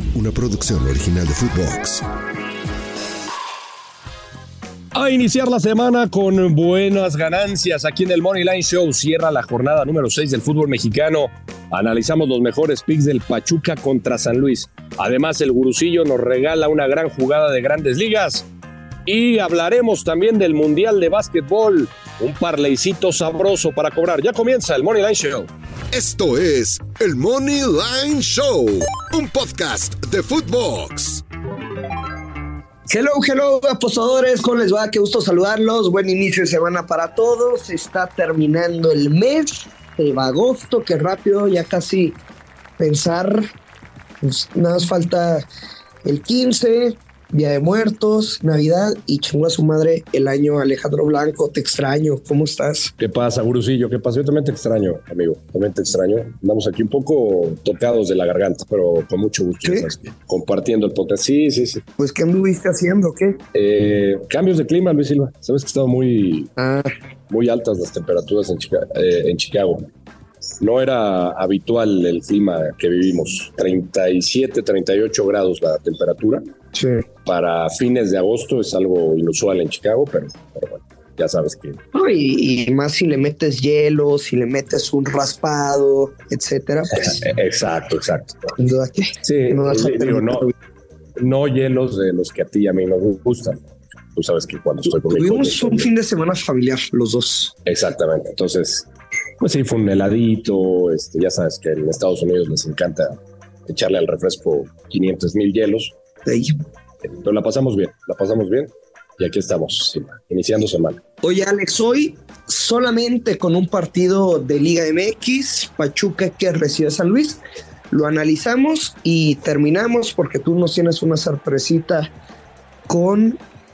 una producción original de Footbox. A iniciar la semana con buenas ganancias aquí en el Money Line Show. Cierra la jornada número 6 del fútbol mexicano. Analizamos los mejores picks del Pachuca contra San Luis. Además, el Gurusillo nos regala una gran jugada de Grandes Ligas. Y hablaremos también del Mundial de Básquetbol. Un parleycito sabroso para cobrar. Ya comienza el Money Line Show. Esto es el Money Line Show, un podcast de Footbox. Hello, apostadores, ¿cómo les va? Qué gusto saludarlos, buen inicio de semana para todos. Está terminando el mes de agosto, qué rápido, ya casi pensar, pues nada más falta el 15, Día de Muertos, Navidad y chingó a su madre el año. Alejandro Blanco, te extraño, ¿cómo estás? ¿Qué pasa, Gurusillo? ¿Qué pasa? Yo también te extraño, amigo, también te extraño. Andamos aquí un poco tocados de la garganta, pero con mucho gusto. ¿Sí? ¿Sabes? Compartiendo el podcast. Sí. Pues, ¿qué anduviste haciendo, qué? Cambios de clima, Luis Silva. Sabes que estaba muy altas las temperaturas en Chicago. No era habitual el clima que vivimos. 37, 38 grados la temperatura. Sí. Para fines de agosto es algo inusual en Chicago, pero bueno, ya sabes que... Y más si le metes hielo, si le metes un raspado, etcétera, pues... Exacto. Sin duda que... Sí, no hielos de los que a ti y a mí nos gustan. Tú sabes que cuando estoy con mi tuvimos un fin de semana familiar, los dos. Exactamente, entonces... Pues sí, fue un heladito, ya sabes que en Estados Unidos les encanta echarle al refresco 500,000 hielos. Sí. Pero la pasamos bien y aquí estamos, iniciando semana. Oye, Alex, hoy solamente con un partido de Liga MX, Pachuca que recibe a San Luis, lo analizamos y terminamos porque tú nos tienes una sorpresita con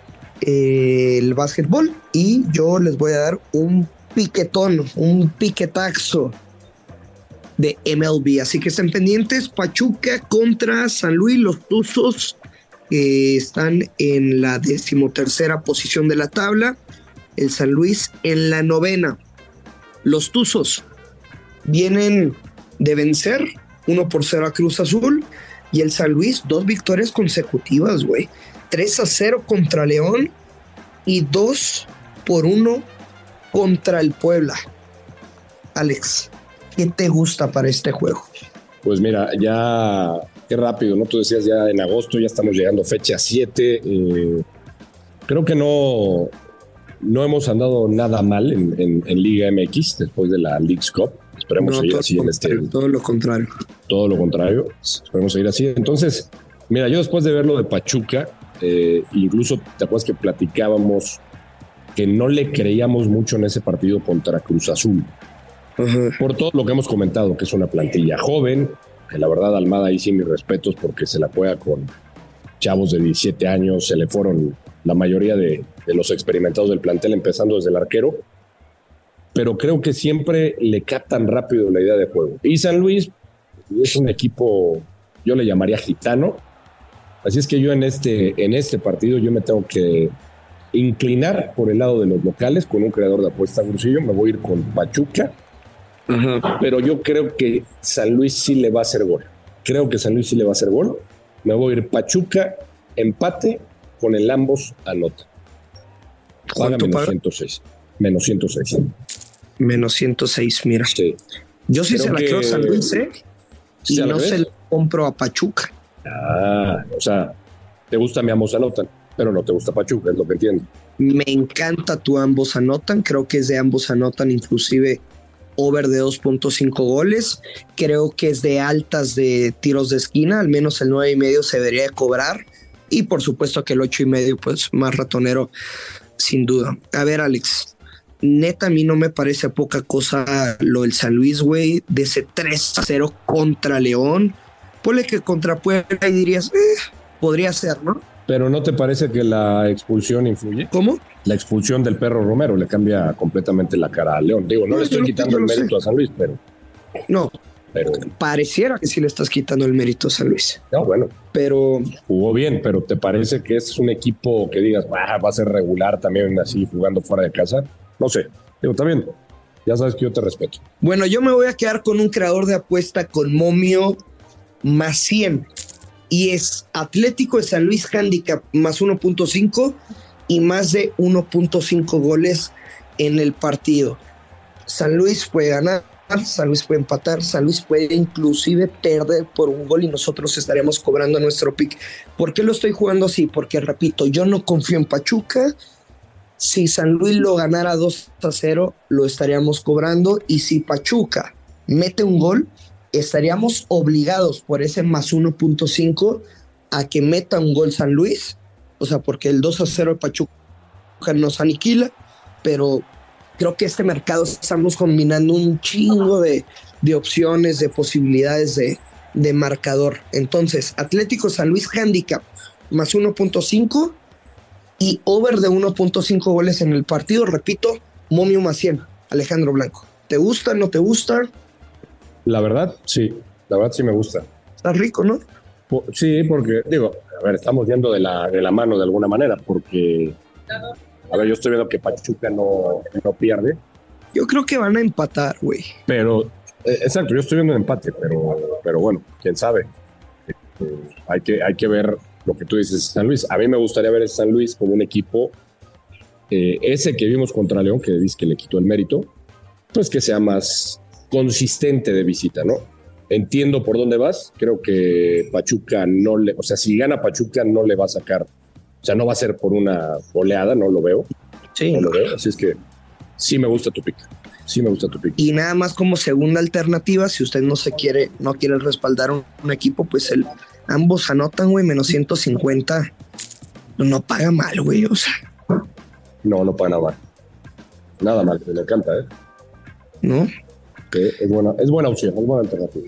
el básquetbol y yo les voy a dar un piquetaxo de MLB, así que estén pendientes. Pachuca contra San Luis, los Tuzos están en la 13ª posición de la tabla, el San Luis en la 9ª. Los Tuzos vienen de vencer 1-0 a Cruz Azul y el San Luis 2 victorias consecutivas, güey, 3-0 contra León y 2-1 contra el Puebla. Alex, ¿qué te gusta para este juego? Pues mira, ya qué rápido, ¿no? Tú decías ya en agosto, ya estamos llegando a fecha 7. Creo que no hemos andado nada mal en Liga MX después de la Leagues Cup. Esperemos seguir así en todo lo contrario. Todo lo contrario, esperemos seguir así. Entonces, mira, yo después de ver lo de Pachuca, incluso te acuerdas que platicábamos que no le creíamos mucho en ese partido contra Cruz Azul. Uh-huh. Por todo lo que hemos comentado, que es una plantilla joven, que la verdad Almada ahí sí mis respetos porque se la juega con chavos de 17 años, se le fueron la mayoría de los experimentados del plantel, empezando desde el arquero, pero creo que siempre le captan rápido la idea de juego. Y San Luis es un equipo, yo le llamaría gitano, así es que yo en este partido yo me tengo que inclinar por el lado de los locales con un creador de apuesta, Gurusillo. Me voy a ir con Pachuca, pero yo creo que San Luis sí le va a hacer gol. Me voy a ir Pachuca, empate con el ambos anota. Paga -106. -106, mira. Sí. Yo sí se la creo a San Luis, y no se la compro a Pachuca. O sea, te gusta mi ambos anotan, pero no te gusta Pachuca, es lo que entiendo. Me encanta tu ambos anotan, creo que es de ambos anotan, inclusive over de 2.5 goles, creo que es de altas de tiros de esquina, al menos el 9.5 se debería de cobrar, y por supuesto que el 8.5 pues más ratonero, sin duda. A ver, Alex, neta a mí no me parece poca cosa lo del San Luis, güey, de ese 3-0 contra León. Ponle que contra Puebla y dirías, podría ser, ¿no? Pero ¿no te parece que la expulsión influye? ¿Cómo? La expulsión del Perro Romero le cambia completamente la cara a León. Digo, no le estoy quitando el mérito a San Luis, pero... No, pareciera que sí le estás quitando el mérito a San Luis. No, bueno. Pero... Jugó bien, pero ¿te parece que es un equipo que digas, va a ser regular también así jugando fuera de casa? No sé. Digo, también, ya sabes que yo te respeto. Bueno, yo me voy a quedar con un creador de apuesta con momio +100. y es Atlético de San Luis handicap más 1.5 y más de 1.5 goles en el partido. San Luis puede ganar, San Luis puede empatar, San Luis puede inclusive perder por un gol y nosotros estaríamos cobrando nuestro pick. ¿Por qué lo estoy jugando así? Porque, repito, yo no confío en Pachuca. Si San Luis lo ganara 2-0, lo estaríamos cobrando, y si Pachuca mete un gol, estaríamos obligados por ese más 1.5 a que meta un gol San Luis, o sea, porque el 2-0 de Pachuca nos aniquila, pero creo que este mercado estamos combinando un chingo de opciones, de posibilidades de marcador. Entonces, Atlético San Luis handicap más 1.5 y over de 1.5 goles en el partido. Repito, momio más 100, Alejandro Blanco. ¿Te gusta, no te gusta? La verdad sí me gusta. Está rico, ¿no? Sí, porque, digo, a ver, estamos yendo de la mano de alguna manera, porque, a ver, yo estoy viendo que Pachuca no pierde. Yo creo que van a empatar, güey. Pero, exacto, yo estoy viendo un empate, pero bueno, quién sabe. Hay que ver lo que tú dices, San Luis. A mí me gustaría ver a San Luis como un equipo, ese que vimos contra León, que dice que le quitó el mérito, pues que sea más consistente de visita, ¿no? Entiendo por dónde vas. Creo que Pachuca o sea, si gana Pachuca no le va a sacar, o sea, no va a ser por una goleada, no lo veo. Sí. No lo veo, así es que sí me gusta tu pick. Sí me gusta tu pick. Y nada más como segunda alternativa, si usted no quiere respaldar un equipo, pues ambos anotan, güey, menos 150. No paga mal, güey, o sea. No paga nada mal. Nada mal, me encanta, ¿eh? ¿No? Es buena opción, es buena alternativa.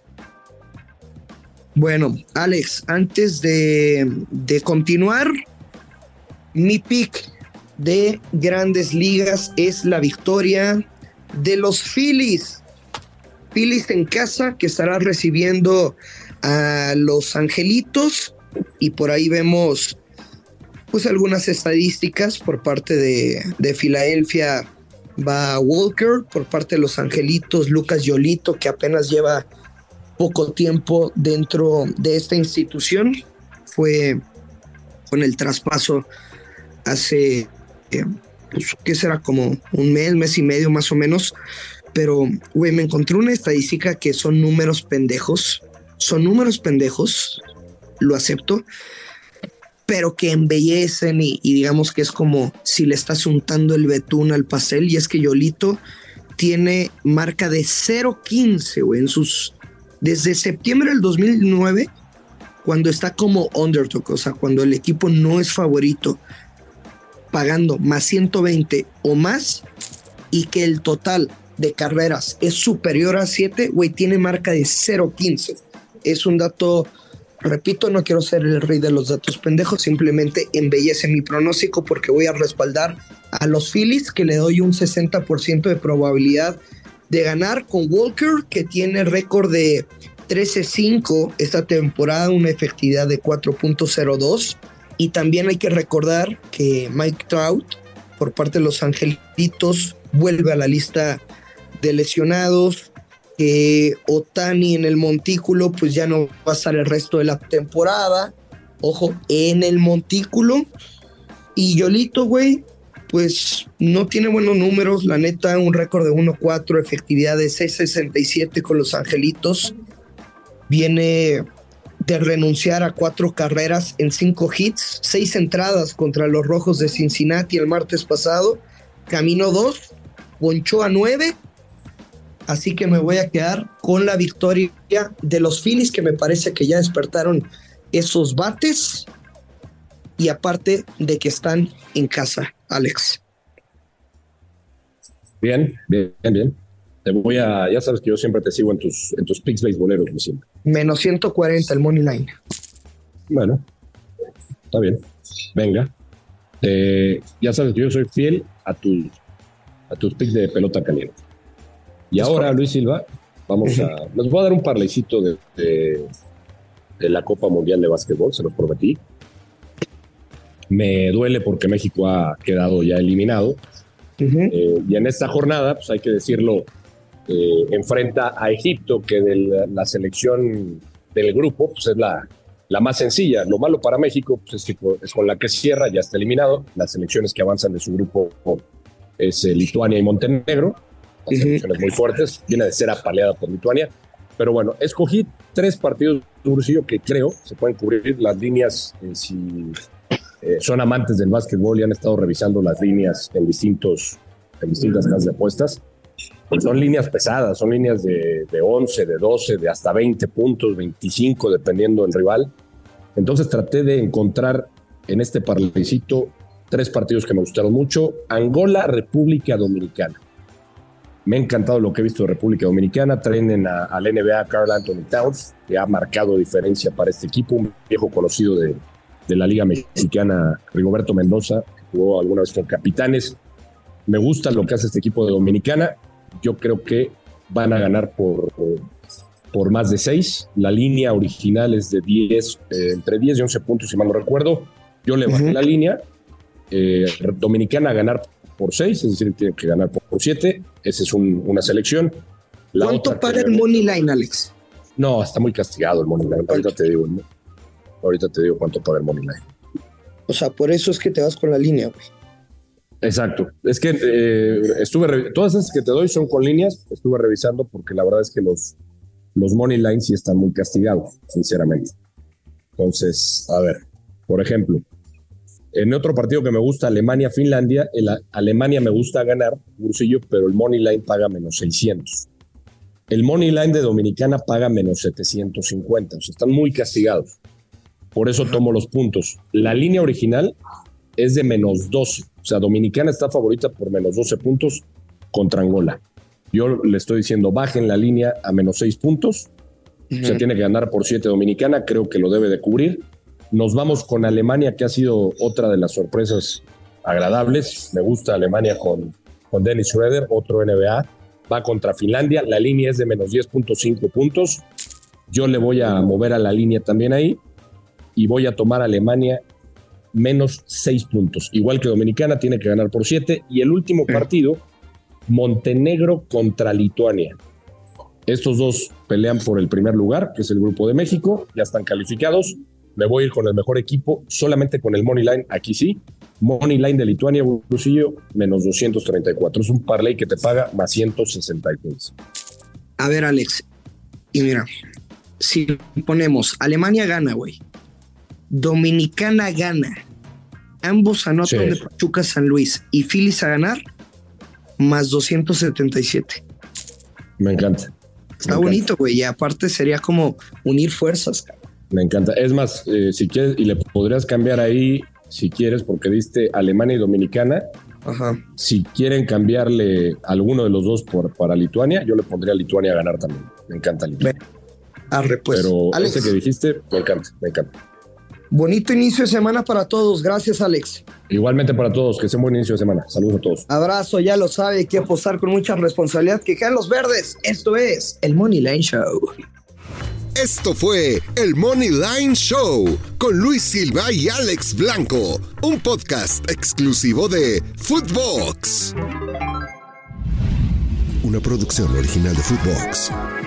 Bueno, Alex, antes de continuar, mi pick de Grandes Ligas es la victoria de los Phillies. Phillies en casa, que estará recibiendo a los Angelitos, y por ahí vemos pues algunas estadísticas. Por parte de Filadelfia va Walker, por parte de los Angelitos Lucas Yolito, que apenas lleva poco tiempo dentro de esta institución. Fue con el traspaso hace pues, ¿qué será? Como un mes y medio más o menos. Pero, güey, me encontré una estadística que son números pendejos, lo acepto, pero que embellecen y digamos que es como si le estás untando el betún al pastel. Y es que Yolito tiene marca de 0-15, güey, desde septiembre del 2009, cuando está como underdog, o sea, cuando el equipo no es favorito, pagando más 120 o más, y que el total de carreras es superior a 7, güey, tiene marca de 0-15. Es un dato, repito, no quiero ser el rey de los datos pendejos, simplemente embellece mi pronóstico, porque voy a respaldar a los Phillies, que le doy un 60% de probabilidad de ganar, con Walker, que tiene récord de 13-5 esta temporada, una efectividad de 4.02. Y también hay que recordar que Mike Trout, por parte de los Angelitos, vuelve a la lista de lesionados, que Ohtani en el montículo pues ya no va a estar el resto de la temporada, ojo, en el montículo. Y Yolito, güey, pues no tiene buenos números, la neta, un récord de 1.4, efectividad de 6.67 con los Angelitos. Viene de renunciar a 4 carreras en 5 hits, 6 entradas contra los Rojos de Cincinnati el martes pasado, caminó 2, ponchó a 9, así que me voy a quedar con la victoria de los Phillies, que me parece que ya despertaron esos bates, y aparte de que están en casa, Alex. Bien. Ya sabes que yo siempre te sigo en tus picks beisboleros, Luisín. Menos 140 el money line. Bueno, está bien. Venga. Ya sabes que yo soy fiel a tus picks de pelota caliente. Y ahora, Luis Silva, les voy a dar un parlaycito de la Copa Mundial de Básquetbol, se los prometí. Me duele porque México ha quedado ya eliminado. Y en esta jornada, pues hay que decirlo, enfrenta a Egipto, que de la selección del grupo, pues es la la más sencilla. Lo malo para México pues, es con la que cierra, ya está eliminado. Las selecciones que avanzan de su grupo es Lituania y Montenegro. Las selecciones muy fuertes. Viene de ser apaleada por Lituania. Pero bueno, escogí 3 partidos de Ursillo que creo se pueden cubrir las líneas si son amantes del básquetbol y han estado revisando las líneas en distintas casas de apuestas. Pues son líneas pesadas, son líneas de 11, de 12, de hasta 20 puntos, 25, dependiendo del rival. Entonces traté de encontrar en este parlecito 3 partidos que me gustaron mucho. Angola, República Dominicana. Me ha encantado lo que he visto de República Dominicana. Traen al NBA Karl Anthony Towns, que ha marcado diferencia para este equipo. Un viejo conocido de la Liga Mexicana, Rigoberto Mendoza, que jugó alguna vez con Capitanes. Me gusta lo que hace este equipo de Dominicana. Yo creo que van a ganar por más de 6. La línea original es de 10, entre 10 y 11 puntos, si mal no recuerdo. Yo le bajé la línea. Dominicana a ganar por 6, es decir, tiene que ganar por 7. Esa es una selección. ¿Cuánto paga el money line, Alex? No, está muy castigado el money line. Ahorita te digo cuánto paga el money line. O sea, por eso es que te vas con la línea, güey. Exacto. Es que todas esas que te doy son con líneas. Estuve revisando porque la verdad es que los money lines sí están muy castigados, sinceramente. Entonces, a ver, por ejemplo, en otro partido que me gusta, Alemania-Finlandia, Alemania me gusta ganar, Ursillo, pero el money line paga menos 600. El money line de Dominicana paga menos 750. O sea, están muy castigados. Por eso tomo los puntos. La línea original es de menos 12. O sea, Dominicana está favorita por menos 12 puntos contra Angola. Yo le estoy diciendo, bajen la línea a menos 6 puntos. Se tiene que ganar por 7 Dominicana. Creo que lo debe de cubrir. Nos vamos con Alemania, que ha sido otra de las sorpresas agradables. Me gusta Alemania con Dennis Schröder, otro NBA. Va contra Finlandia. La línea es de menos 10.5 puntos. Yo le voy a mover a la línea también ahí. Y voy a tomar a Alemania menos 6 puntos. Igual que Dominicana, tiene que ganar por 7. Y el último partido, Montenegro contra Lituania. Estos dos pelean por el primer lugar, que es el grupo de México. Ya están calificados. Me voy a ir con el mejor equipo, solamente con el money line. Aquí sí. Money line de Lituania, Ursillo, menos 234. Es un parlay que te paga más 163. A ver, Alex. Y mira, si ponemos Alemania gana, güey. Dominicana gana. Ambos anotan de Pachuca San Luis y Phillies a ganar, más 277. Me encanta. Está bonito, güey. Y aparte sería como unir fuerzas, cabrón. Me encanta. Es más, si quieres, y le podrías cambiar ahí, si quieres, porque diste Alemania y Dominicana. Ajá. Si quieren cambiarle alguno de los dos para Lituania, yo le pondría a Lituania a ganar también. Me encanta Lituania. Arre, pues. Pero Alex, ese que dijiste, me encanta. Bonito inicio de semana para todos. Gracias, Alex. Igualmente para todos, que sea un buen inicio de semana. Saludos a todos. Abrazo, ya lo sabe, hay que apostar con mucha responsabilidad. Que quedan los verdes. Esto es el Money Line Show. Esto fue el Money Line Show con Luis Silva y Alex Blanco, un podcast exclusivo de Footbox. Una producción original de Footbox.